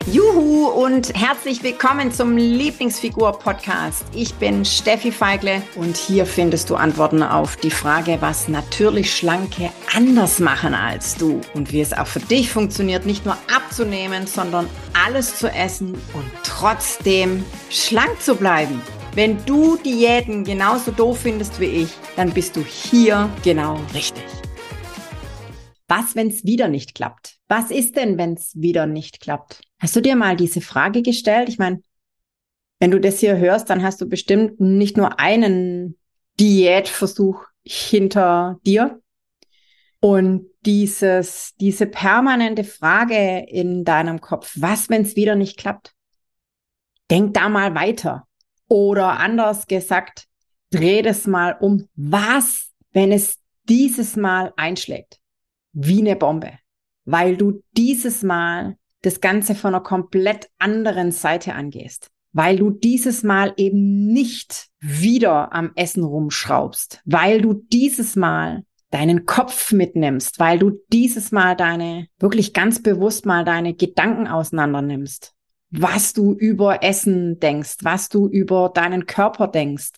Juhu und herzlich willkommen zum Lieblingsfigur-Podcast. Ich bin Steffi Feigle und hier findest du Antworten auf die Frage, was natürlich Schlanke anders machen als du und wie es auch für dich funktioniert, nicht nur abzunehmen, sondern alles zu essen und trotzdem schlank zu bleiben. Wenn du Diäten genauso doof findest wie ich, dann bist du hier genau richtig. Was, wenn es wieder nicht klappt? Was ist denn, wenn es wieder nicht klappt? Hast du dir mal diese Frage gestellt? Ich meine, wenn du das hier hörst, dann hast du bestimmt nicht nur einen Diätversuch hinter dir. Und diese permanente Frage in deinem Kopf, was, wenn es wieder nicht klappt? Denk da mal weiter. Oder anders gesagt, dreh das mal um. Was, wenn es dieses Mal einschlägt? Wie eine Bombe, weil du dieses Mal das Ganze von einer komplett anderen Seite angehst, weil du dieses Mal eben nicht wieder am Essen rumschraubst, weil du dieses Mal deinen Kopf mitnimmst, weil du dieses Mal wirklich ganz bewusst mal deine Gedanken auseinander nimmst, was du über Essen denkst, was du über deinen Körper denkst,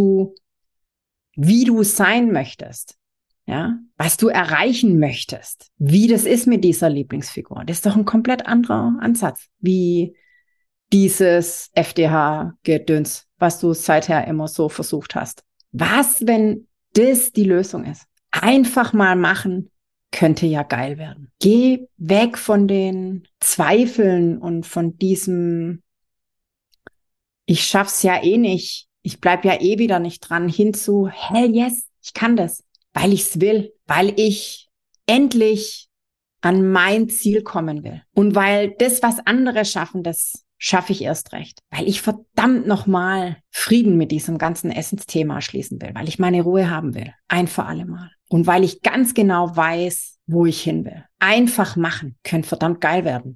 wie du sein möchtest. Ja, was du erreichen möchtest, wie das ist mit dieser Lieblingsfigur. Das ist doch ein komplett anderer Ansatz, wie dieses FDH-Gedöns, was du seither immer so versucht hast. Was, wenn das die Lösung ist? Einfach mal machen, könnte ja geil werden. Geh weg von den Zweifeln und von diesem, ich schaff's ja eh nicht, ich bleib ja eh wieder nicht dran, hin zu, hell yes, ich kann das. Weil ich's will, weil ich endlich an mein Ziel kommen will. Und weil das, was andere schaffen, das schaffe ich erst recht. Weil ich verdammt nochmal Frieden mit diesem ganzen Essensthema schließen will. Weil ich meine Ruhe haben will. Ein für alle Mal. Und weil ich ganz genau weiß, wo ich hin will. Einfach machen. Könnte verdammt geil werden.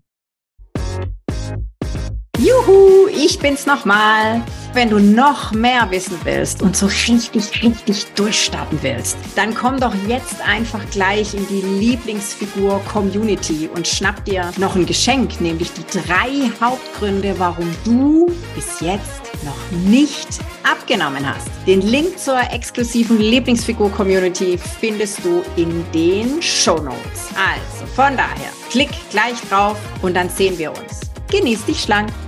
Juhu, ich bin's nochmal. Wenn du noch mehr wissen willst und so richtig durchstarten willst, dann komm doch jetzt einfach gleich in die Lieblingsfigur-Community und schnapp dir noch ein Geschenk, nämlich die 3 Hauptgründe, warum du bis jetzt noch nicht abgenommen hast. Den Link zur exklusiven Lieblingsfigur-Community findest du in den Shownotes. Also von daher, klick gleich drauf und dann sehen wir uns. Genieß dich schlank.